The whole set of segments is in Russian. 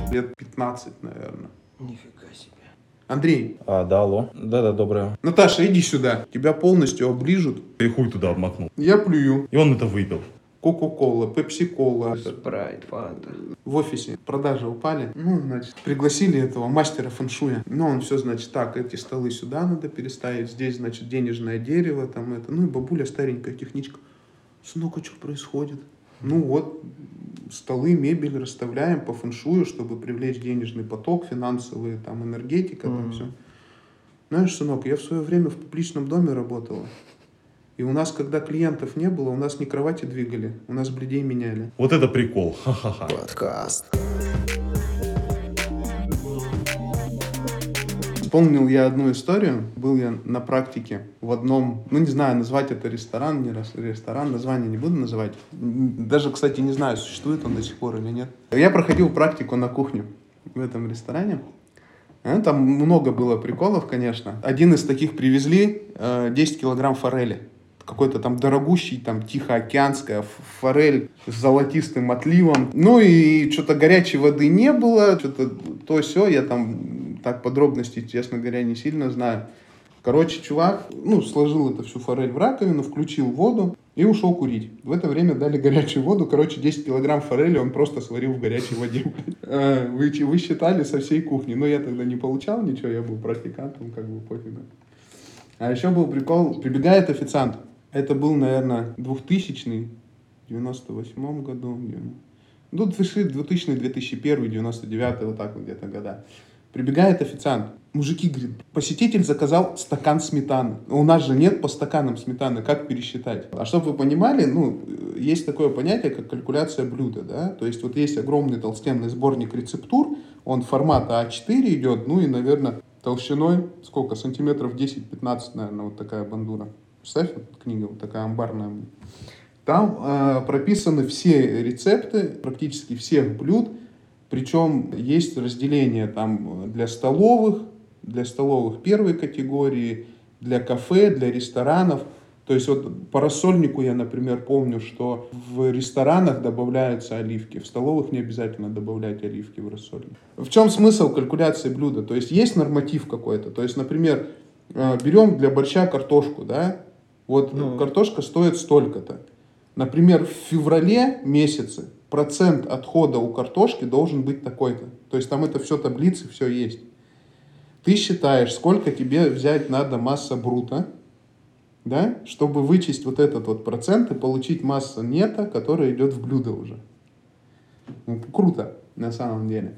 лет 15, наверное. Нифига себе. Андрей. Да, алло. Да, доброе. Наташа, иди сюда. Тебя полностью оближут. И хуй туда обмакнул. Я плюю. И он это выпил. Кока-кола, пепси-кола. Спрайт, фанта. В офисе продажи упали. Значит, пригласили этого мастера фэншуя. Он все, значит, так, эти столы сюда надо переставить. Здесь, значит, денежное дерево, там это. И бабуля старенькая, техничка. Сынок, а что происходит? Столы, мебель расставляем по фэншую, чтобы привлечь денежный поток, финансовые, там, энергетика, там все. Знаешь, сынок, я в свое время в публичном доме работала. И у нас, когда клиентов не было, у нас не кровати двигали, у нас блядей меняли. Вот это прикол. Ха-ха-ха. Подкаст. Вспомнил я одну историю. Был я на практике в одном, не знаю, назвать это ресторан, не ресторан, название не буду называть. Даже, кстати, не знаю, существует он до сих пор или нет. Я проходил практику на кухню в этом ресторане. Там много было приколов, конечно. Один из таких привезли 10 килограмм форели. Какой-то там дорогущий, там, тихоокеанская форель с золотистым отливом. И что-то горячей воды не было, что-то то-сё. Я там так подробностей, честно говоря, не сильно знаю. Короче, чувак, сложил эту всю форель в раковину, включил воду и ушел курить. В это время дали горячую воду. 10 килограмм форели он просто сварил в горячей воде. Вы считали со всей кухни. Но я тогда не получал ничего, я был практикантом, пофигу. А еще был прикол, прибегает официант. Это был, наверное, 2000-й, в 98-м году. 2000-й, 2001-й, 99-й, вот так вот где-то года. Прибегает официант. Мужики, говорит, посетитель заказал стакан сметаны. У нас же нет по стаканам сметаны, как пересчитать? А чтобы вы понимали, есть такое понятие, как калькуляция блюда, да? То есть вот есть огромный толстенный сборник рецептур, он формата А4 идет, и, наверное, толщиной, сколько, сантиметров 10-15, наверное, вот такая бандура. Представь, вот книга вот такая амбарная. Там прописаны все рецепты, практически всех блюд. Причем есть разделение там для столовых первой категории, для кафе, для ресторанов. То есть вот по рассольнику я, например, помню, что в ресторанах добавляются оливки, в столовых не обязательно добавлять оливки в рассольник. В чем смысл калькуляции блюда? То есть есть норматив какой-то. То есть, например, берем для борща картошку, да? Картошка стоит столько-то. Например, в феврале месяце процент отхода у картошки должен быть такой-то. То есть там это все таблицы, все есть. Ты считаешь, сколько тебе взять надо масса брута, да, чтобы вычесть вот этот вот процент и получить массу нетто, которая идет в блюдо уже. Круто, на самом деле.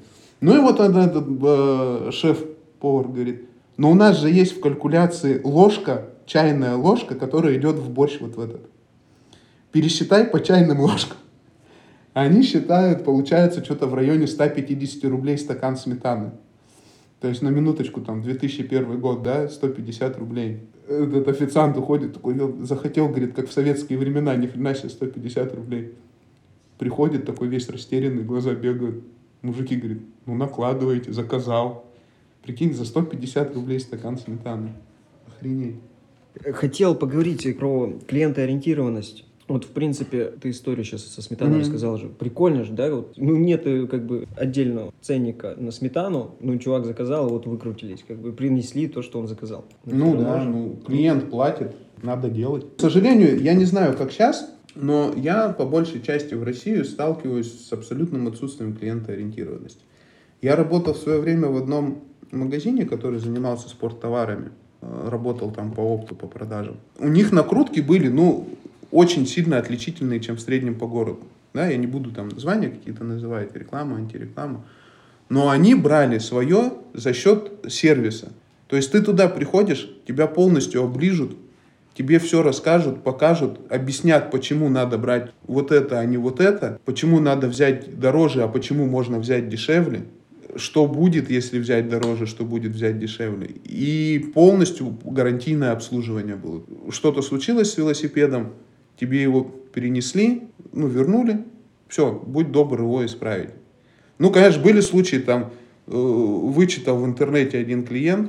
Этот шеф-повар говорит, но у нас же есть в калькуляции ложка, чайная ложка, которая идет в борщ вот в этот. Пересчитай по чайным ложкам. Они считают, получается, что-то в районе 150 рублей стакан сметаны. То есть на минуточку, 2001 год, да, 150 рублей. Этот официант уходит, такой, захотел, говорит, как в советские времена, ни хрена себе 150 рублей. Приходит такой весь растерянный, глаза бегают. Мужики, говорит, накладывайте, заказал. Прикинь, за 150 рублей стакан сметаны. Охренеть. Хотел поговорить про клиентоориентированность. В принципе, ты историю сейчас со сметаной рассказал же. Прикольно же, да? Нет отдельного ценника на сметану. Чувак заказал, выкрутились. Принесли то, что он заказал. Клиент платит, надо делать. К сожалению, я не знаю, как сейчас, но я по большей части в России сталкиваюсь с абсолютным отсутствием клиентоориентированности. Я работал в свое время в одном магазине, который занимался спорттоварами. Работал там по опту, по продажам. У них накрутки были, очень сильно отличительные, чем в среднем по городу. Да, я не буду названия какие-то называть, рекламу, антирекламу. Но они брали свое за счет сервиса. То есть ты туда приходишь, тебя полностью оближут, тебе все расскажут, покажут, объяснят, почему надо брать вот это, а не вот это, почему надо взять дороже, а почему можно взять дешевле, что будет, если взять дороже, что будет взять дешевле. И полностью гарантийное обслуживание было. Что-то случилось с велосипедом, тебе его перенесли, вернули, все, будь добр его исправить. Конечно, были случаи, вычитал в интернете один клиент,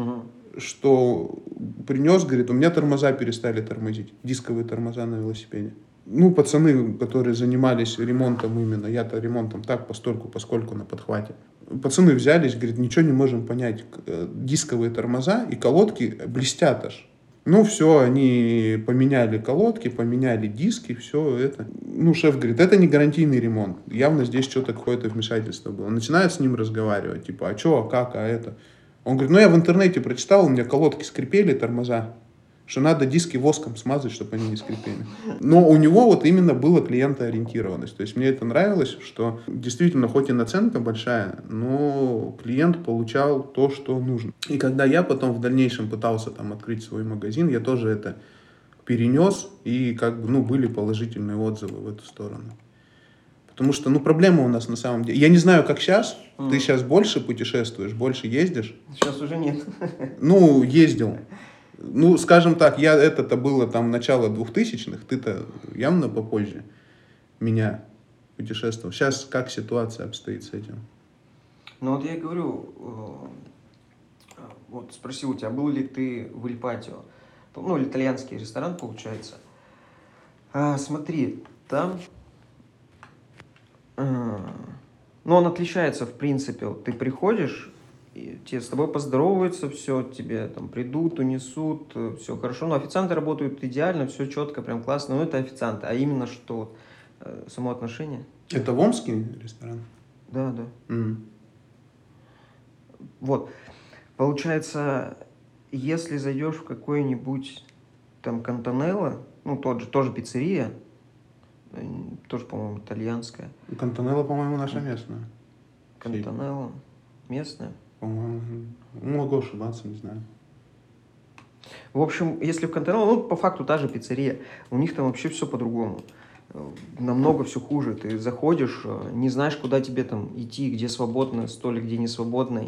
что принес, говорит, у меня тормоза перестали тормозить, дисковые тормоза на велосипеде. Пацаны, которые занимались ремонтом именно, я-то ремонтом так, постольку, поскольку на подхвате. Пацаны взялись, говорят, ничего не можем понять. Дисковые тормоза и колодки блестят аж. Ну, все, они поменяли колодки, поменяли диски, все это. Ну, шеф говорит, это не гарантийный ремонт. Явно здесь что-то какое-то вмешательство было. Начинает с ним разговаривать, типа, а что, а как, а это? Он говорит, ну, я в интернете прочитал, у меня колодки скрипели, тормоза, что надо диски воском смазать, чтобы они не скрипели. Но у него вот именно была клиентоориентированность. То есть мне это нравилось, что действительно, хоть и наценка большая, но клиент получал то, что нужно. И когда я потом в дальнейшем пытался там открыть свой магазин, я тоже это перенес, и как бы, ну, были положительные отзывы в эту сторону. Потому что, ну, проблема у нас на самом деле... Я не знаю, как сейчас. Ты сейчас больше путешествуешь, больше ездишь. Сейчас уже нет. Ну, ездил. Ну, скажем так, это-то было там начало 2000-х, ты-то явно попозже меня путешествовал. Сейчас как ситуация обстоит с этим? Ну вот я и говорю, вот спросил у тебя, был ли ты в Ильпатио? Ну, итальянский ресторан, получается. Смотри, там... Ну, он отличается, в принципе. Вот ты приходишь, и тебе с тобой поздороваются, все, тебе там придут, унесут, все хорошо. Но официанты работают идеально, все четко, прям классно. Ну, это официанты, а именно что? Само отношение. Это в Омске ресторан? Да, да. Mm. Вот. Получается, если зайдешь в какой-нибудь там Кантанелло, ну, тоже пиццерия, тоже, по-моему, итальянская. Кантанелло, по-моему, наша местная. Кантанелло местная. По-моему, могу ошибаться, не знаю. В общем, если в Кантанелло, ну, по факту та же пиццерия, у них там вообще все по-другому. Намного все хуже. Ты заходишь, не знаешь, куда тебе там идти, где свободный столик, где не свободный,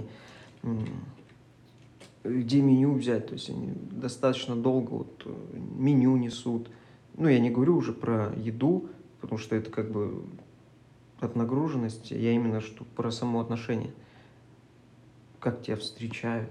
где меню взять. То есть они достаточно долго вот меню несут. Ну, я не говорю уже про еду, потому что это как бы от нагруженности. Я именно что про само отношение. Как тебя встречают.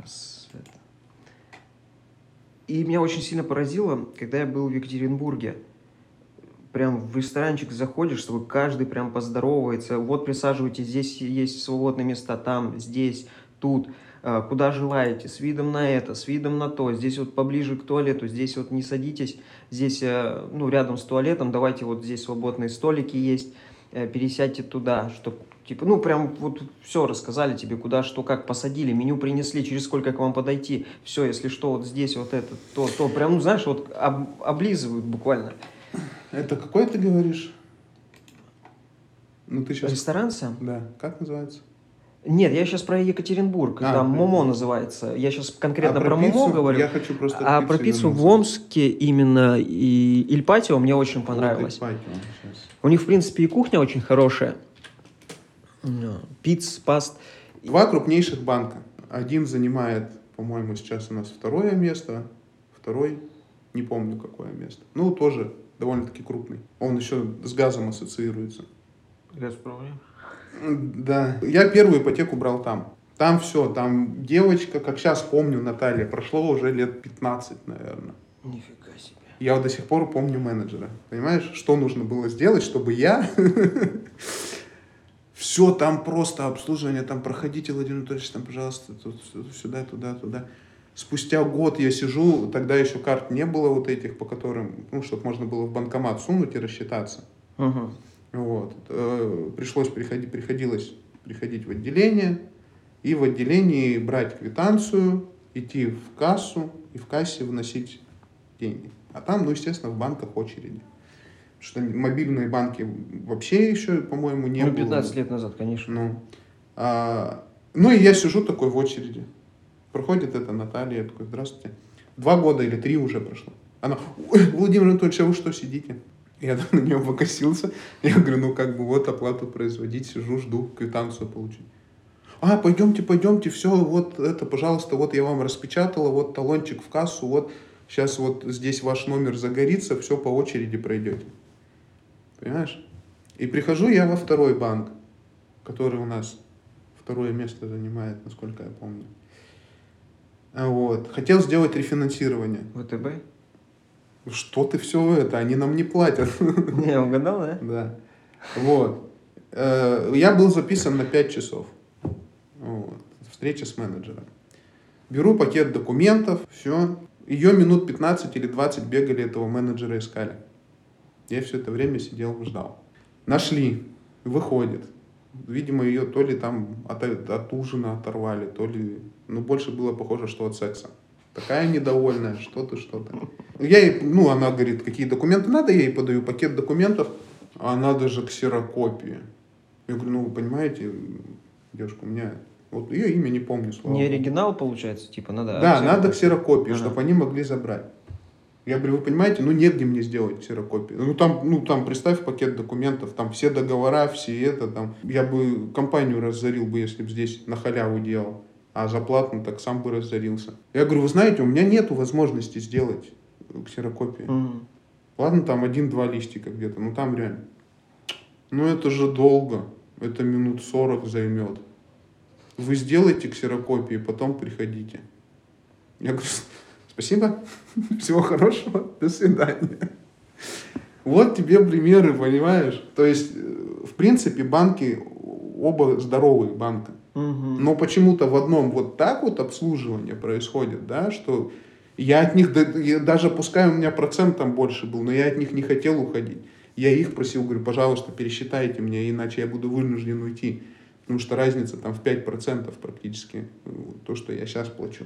И меня очень сильно поразило, когда я был в Екатеринбурге. Прям в ресторанчик заходишь, с тобой каждый прям поздоровается. Вот присаживайтесь, здесь есть свободные места, там, здесь, тут. Куда желаете, с видом на это, с видом на то. Здесь вот поближе к туалету, здесь вот не садитесь. Здесь, ну, рядом с туалетом, давайте вот здесь свободные столики есть. Пересядьте туда, чтобы, типа, ну, прям вот все рассказали тебе, куда, что, как, посадили, меню принесли, через сколько к вам подойти. Все, если что, вот здесь вот это, то. Прям, ну, знаешь, вот облизывают буквально. Это какой ты говоришь? Ну, ты сейчас... Ресторан сам? Да. Как называется? Нет, я сейчас про Екатеринбург, там Момо называется. Я сейчас конкретно про Момо говорю. Я хочу просто А про пиццу в Омске именно и Ильпатио мне очень понравилось. Вот Ильпатио, сейчас. У них, в принципе, и кухня очень хорошая. Пиц, паст. 2 крупнейших банка. Один занимает, по-моему, сейчас у нас 2 место, второй, не помню, какое место. Ну, тоже довольно-таки крупный. Он еще с газом ассоциируется. Газпром. Да. Я первую ипотеку брал там. Там все, там девочка, как сейчас помню, Наталья, прошло уже лет 15, наверное. Нифига себе. Я вот до сих пор помню менеджера. Понимаешь, что нужно было сделать, чтобы я... Все там просто обслуживание, там проходите, Владимир Анатольевич, там, пожалуйста, сюда, туда. Спустя год я сижу, тогда еще карт не было вот этих, по которым, ну, чтобы можно было в банкомат сунуть и рассчитаться. Угу. Вот. Приходилось приходить в отделение, и в отделении брать квитанцию, идти в кассу и в кассе вносить деньги. А там, ну, естественно, в банках очереди. Потому что мобильные банки вообще еще, по-моему, не было. 15 лет назад, конечно. Ну, и я сижу такой в очереди. Проходит эта Наталья, я такой, здравствуйте. 2 года или 3 уже прошло. Она, Владимир Анатольевич, а вы что сидите? Я на нее покосился. Я говорю, ну, как бы вот оплату производить, сижу, жду квитанцию получить. Пойдемте, все, вот это, пожалуйста, вот я вам распечатала, вот талончик в кассу, вот сейчас вот здесь ваш номер загорится, все по очереди пройдете. Понимаешь? И прихожу я во 2 банк, который у нас 2 место занимает, насколько я помню. Вот. Хотел сделать рефинансирование. ВТБ? Что ты все это? Они нам не платят. Не, угадал, да? Да. Вот. Я был записан на 5 часов. встреча с менеджером. Беру пакет документов, все. Ее минут 15 или 20 бегали, этого менеджера искали. Я все это время сидел, ждал. Нашли, выходит. Видимо, ее то ли там от ужина оторвали, то ли... Ну, больше было похоже, что от секса. Такая недовольная, что-то. Я ей, она говорит, какие документы надо, я ей подаю пакет документов, а она даже ксерокопии. Я говорю, вы понимаете, девушка, у меня... Вот ее имя не помню, слава Не богу. оригинал, получается, типа, надо... Да, надо ксерокопии, Ага. чтобы они могли забрать. Я говорю, вы понимаете, негде мне сделать ксерокопии. Там, представь пакет документов, там все договора, все это, там. Я бы компанию разорил бы, если бы здесь на халяву делал. А за платно так сам бы разорился. Я говорю, вы знаете, у меня нету возможности сделать ксерокопии. Мгм. Ладно, там 1-2 листика где-то, там реально. Это же долго. Это минут 40 займет. Вы сделаете ксерокопии, потом приходите. Я говорю, спасибо, всего хорошего, до свидания. Вот тебе примеры, понимаешь? То есть, в принципе, банки, оба здоровые банка. Мгм. Но почему-то в одном вот так вот обслуживание происходит, да, что я от них, даже пускай у меня процент там больше был, но я от них не хотел уходить. Я их просил, говорю, пожалуйста, пересчитайте мне, иначе я буду вынужден уйти. Потому что разница там в 5% практически, то, что я сейчас плачу.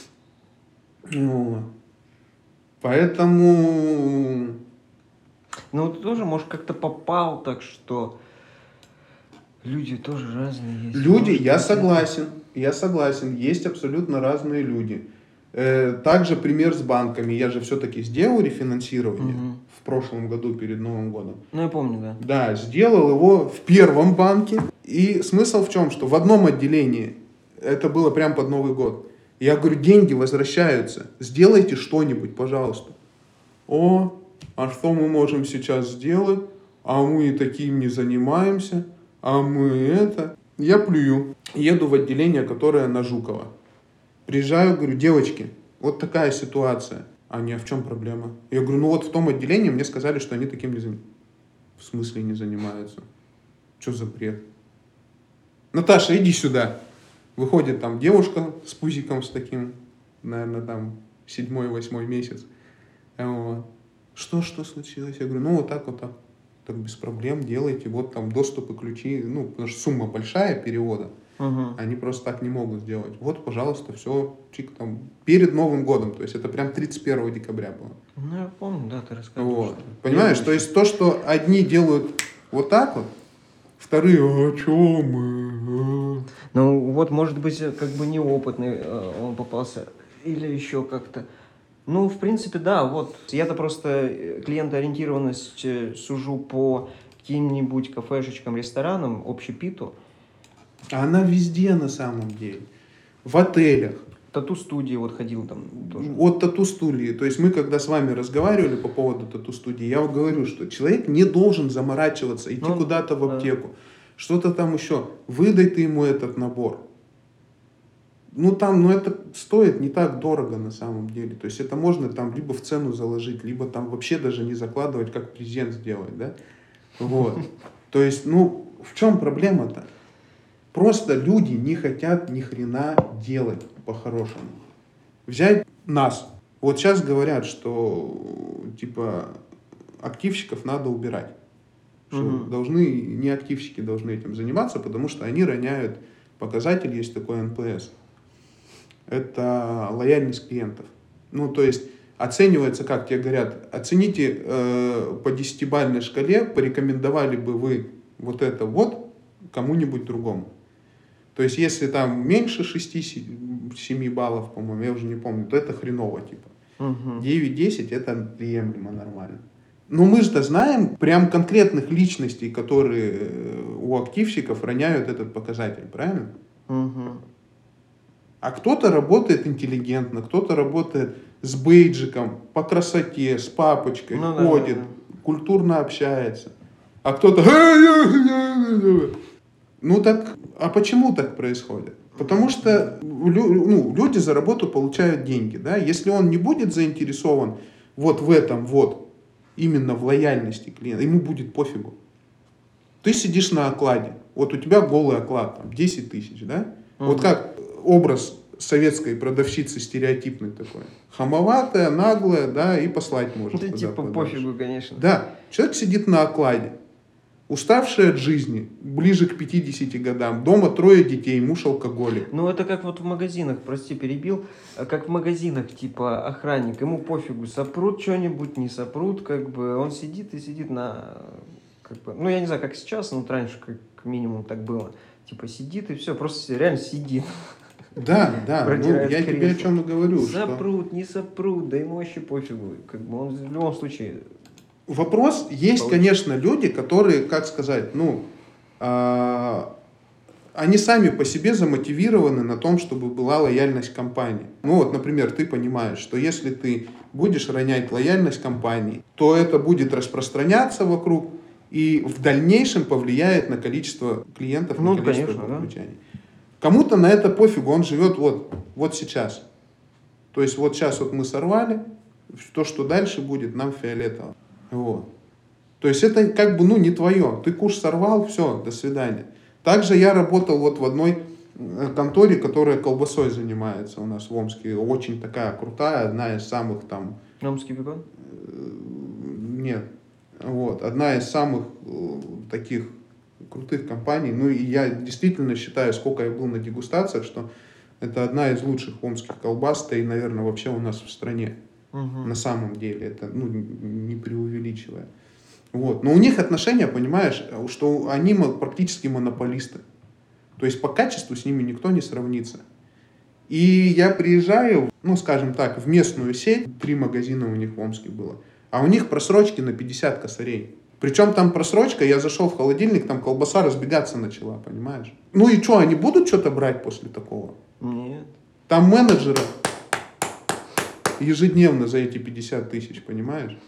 Поэтому... Ты тоже, может, как-то попал так, что люди тоже разные есть. Люди, Может, я это- согласен, есть абсолютно разные люди. Также пример с банками. Я же все-таки сделал рефинансирование Мгм. в прошлом году перед Новым годом. Я помню, да. Да, сделал его в первом банке. И смысл в чем? Что в одном отделении, это было прям под Новый год, я говорю, деньги возвращаются, сделайте что-нибудь, пожалуйста. А что мы можем сейчас сделать? А мы таким не занимаемся. А мы это... Я плюю. Еду в отделение, которое на Жукова. Приезжаю, говорю, девочки, вот такая ситуация. Они, а в чем проблема? Я говорю, в том отделении мне сказали, что они таким не занимаются. В смысле не занимаются? Что за бред? Наташа, иди сюда. Выходит там девушка с пузиком с таким, наверное, там 7-8 месяц. Что случилось? Я говорю, вот так. Так без проблем делайте. Вот там доступы, ключи. Потому что сумма большая перевода. Мгм. Они просто так не могут сделать. Вот, пожалуйста, все, чик там. Перед Новым годом. То есть это прям 31 декабря было. Я помню, да, ты рассказывал. Вот. что- Понимаешь, то есть то, что одни делают вот так вот, вторые, а чё мы? Может быть, как бы неопытный он попался. Или еще как-то. В принципе, да, вот. Я-то просто клиентоориентированность сужу по каким-нибудь кафешечкам, ресторанам, общепиту. А она везде на самом деле. В отелях. Тату-студии вот ходил там тоже. От тату-студии. То есть мы, когда с вами разговаривали по поводу тату-студии, я вот говорю, что человек не должен заморачиваться, идти куда-то в аптеку, что-то там еще. Выдай ты ему этот набор. Это стоит не так дорого на самом деле. То есть это можно там либо в цену заложить, либо там вообще даже не закладывать, как презент сделать, да? Вот. То есть, в чем проблема-то? Просто люди не хотят ни хрена делать по-хорошему. Взять нас. Вот сейчас говорят, что типа активщиков надо убирать. Что не активщики должны этим заниматься, потому что они роняют показатель, есть такой НПС. Это лояльность клиентов. То есть оценивается, как тебе говорят, оцените по 10-бальной шкале, порекомендовали бы вы вот это вот кому-нибудь другому. То есть, если там меньше 6-7 баллов, по-моему, я уже не помню, то это хреново, типа. 9-10 это приемлемо, нормально. Но мы же-то знаем прям конкретных личностей, которые у активщиков роняют этот показатель, правильно? А кто-то работает интеллигентно, кто-то работает с бейджиком, по красоте, с папочкой, ходит, культурно общается. А кто-то... А почему так происходит? Потому что люди за работу получают деньги, да? Если он не будет заинтересован вот в этом вот, именно в лояльности клиента, ему будет пофигу. Ты сидишь на окладе, вот у тебя голый оклад, там, 10 тысяч, да? Вот как образ советской продавщицы стереотипный такой. Хамоватая, наглая, да, и послать может. Да типа подальше. пофигу, конечно. Да, человек сидит на окладе, уставший от жизни, ближе к 50 годам, дома 3 детей, муж алкоголик. Ну, это как вот в магазинах, прости, перебил, как в магазинах, типа, охранник, ему пофигу, сопрут что-нибудь, не сопрут, как бы, он сидит и сидит на, как бы, ну, я не знаю, как сейчас, но вот раньше, как минимум, так было, типа, сидит и все, просто реально сидит. Да, да, ну, Продирает я тебе о кресло. чем и говорю. Сопрут, не сопрут, да ему вообще пофигу, как бы, он в любом случае... Вопрос, есть, Получится. конечно, люди, которые, как сказать, ну, они сами по себе замотивированы на том, чтобы была лояльность компании. Ну вот, например, ты понимаешь, что если ты будешь ронять лояльность компании, то это будет распространяться вокруг и в дальнейшем повлияет на количество клиентов, Ну, на количество конечно, да. подключений. Кому-то на это пофигу, он живет вот сейчас. То есть вот сейчас вот мы сорвали, то, что дальше будет, нам фиолетово. Вот. То есть это как бы, ну, не твое. Ты куш сорвал, все, до свидания. Также я работал вот в одной конторе, которая колбасой занимается у нас в Омске. Очень такая крутая, одна из самых там... Омский бекон? Нет. Вот. Одна из самых таких крутых компаний. Ну и я действительно считаю, сколько я был на дегустациях, что это одна из лучших омских колбас, да и, наверное, вообще у нас в стране. На самом деле, это, ну, не преувеличивая. Вот. Но у них отношения, понимаешь, что они практически монополисты. То есть по качеству с ними никто не сравнится. И я приезжаю, ну, скажем так, в местную сеть, 3 магазина у них в Омске было, а у них просрочки на 50 косарей. Причем там просрочка, я зашел в холодильник, там колбаса разбегаться начала, понимаешь? Ну и что, они будут что-то брать после такого? Нет. Там менеджеры ежедневно за эти 50 тысяч, понимаешь?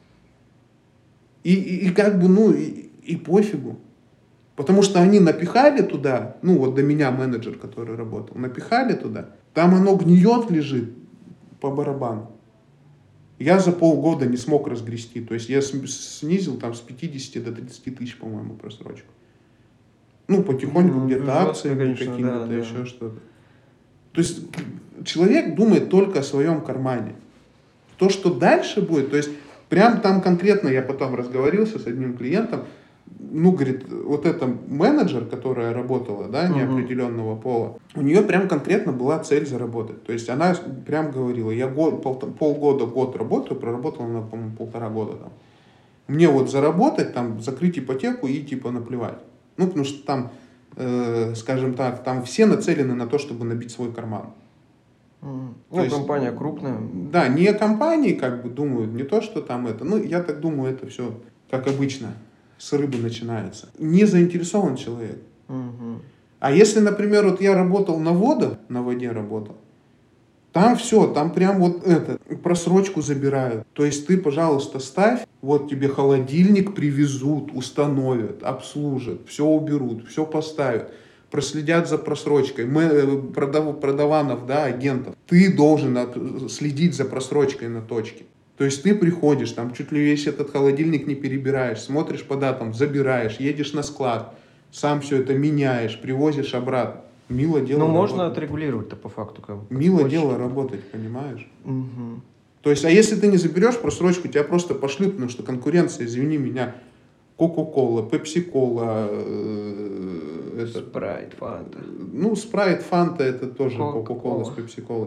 И как бы, ну, и пофигу. Потому что они напихали туда, ну вот до меня менеджер, который работал, напихали туда, там оно гниет, лежит по барабану. Я за полгода не смог разгрести. То есть я снизил там с 50 до 30 тысяч, по-моему, просрочку. Ну, потихоньку Ну, где-то жестко, акциями конечно, какими-то, да, еще да. что-то. То есть человек думает только о своем кармане. То, что дальше будет, то есть прям там конкретно я потом разговорился с одним клиентом, ну, говорит, вот эта менеджер, которая работала, да, неопределенного пола, у нее прям конкретно была цель заработать. То есть она прям говорила, я полгода, год работаю, проработала она, по-моему, 1,5 года там. Мне вот заработать, там, закрыть ипотеку и типа наплевать. Ну, потому что там, скажем так, там все нацелены на то, чтобы набить свой карман. Ну, То есть, компания крупная. Да, не компании как бы думают, не то, что там это. Ну, я так думаю, это все как обычно с рыбы начинается. Не заинтересован человек. А если, например, вот я работал на воде работал, там все, там прям вот это, просрочку забирают. То есть ты, пожалуйста, ставь, вот тебе холодильник привезут, установят, обслужат, все уберут, все поставят, проследят за просрочкой. Мы, продаванов, да, агентов, ты должен следить за просрочкой на точке. То есть ты приходишь, там чуть ли весь этот холодильник не перебираешь, смотришь по датам, забираешь, едешь на склад, сам все это меняешь, привозишь обратно. Мило дело Ну, работать. можно отрегулировать-то по факту. Как бы, Мило хочешь. дело работать, понимаешь? Мгм. То есть, а если ты не заберешь просрочку, тебя просто пошлют, потому что конкуренция, извини меня, Кока-кола, Пепси-кола, Спрайт, фанта. ну, Спрайт, Фанта, это тоже Кока-кола. Кока-кола с Пепси-колой.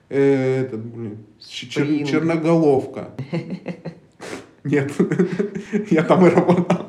Спринг. Черноголовка. Нет, я там и работал.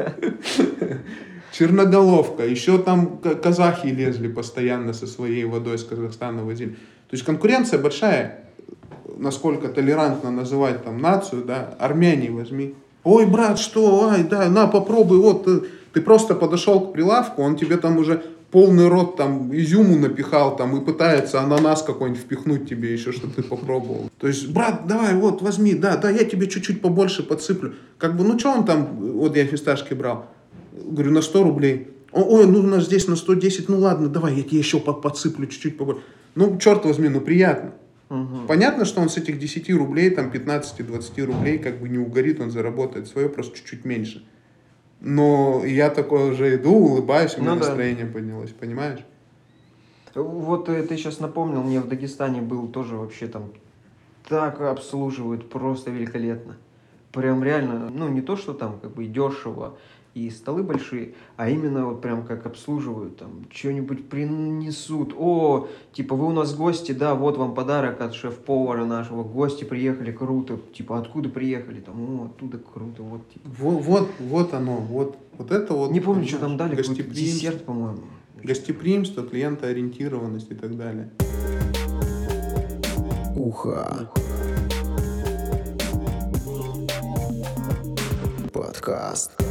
Черноголовка. Еще там казахи лезли постоянно со своей водой с Казахстана возили. То есть конкуренция большая. Насколько толерантно называть там нацию, да, армяне возьми. Ой, брат, что, ай, да, на, попробуй, вот, ты просто подошел к прилавку, он тебе там уже полный рот там изюму напихал там и пытается ананас какой-нибудь впихнуть тебе еще, чтобы ты попробовал. То есть, брат, давай, вот, возьми, да, я тебе чуть-чуть побольше подсыплю. Как бы, ну, что он там, вот я фисташки брал, говорю, на 100 рублей. Ой, ну, у нас здесь на 110, ну, ладно, давай, я тебе еще подсыплю чуть-чуть побольше. Ну, черт возьми, ну, приятно. Понятно, что он с этих 10 рублей, там 15-20 рублей как бы не угорит, он заработает свое просто чуть-чуть меньше. Но я такой уже иду, улыбаюсь, у меня Ну да. настроение поднялось, понимаешь? Вот ты сейчас напомнил, мне в Дагестане был тоже вообще там так обслуживают, просто великолепно. Прям реально, ну не то, что там как бы и дешево, и столы большие, а именно вот прям как обслуживают, там что-нибудь принесут. О, типа вы у нас гости, да, вот вам подарок от шеф-повара нашего, гости приехали, круто. Типа откуда приехали? Там, о, оттуда круто, вот типа. Вот оно, вот это вот. Не помню, что там дали, какой-то гостеприимство, десерт, по-моему. гостеприимство, клиентоориентированность и так далее. Уха. Подкаст.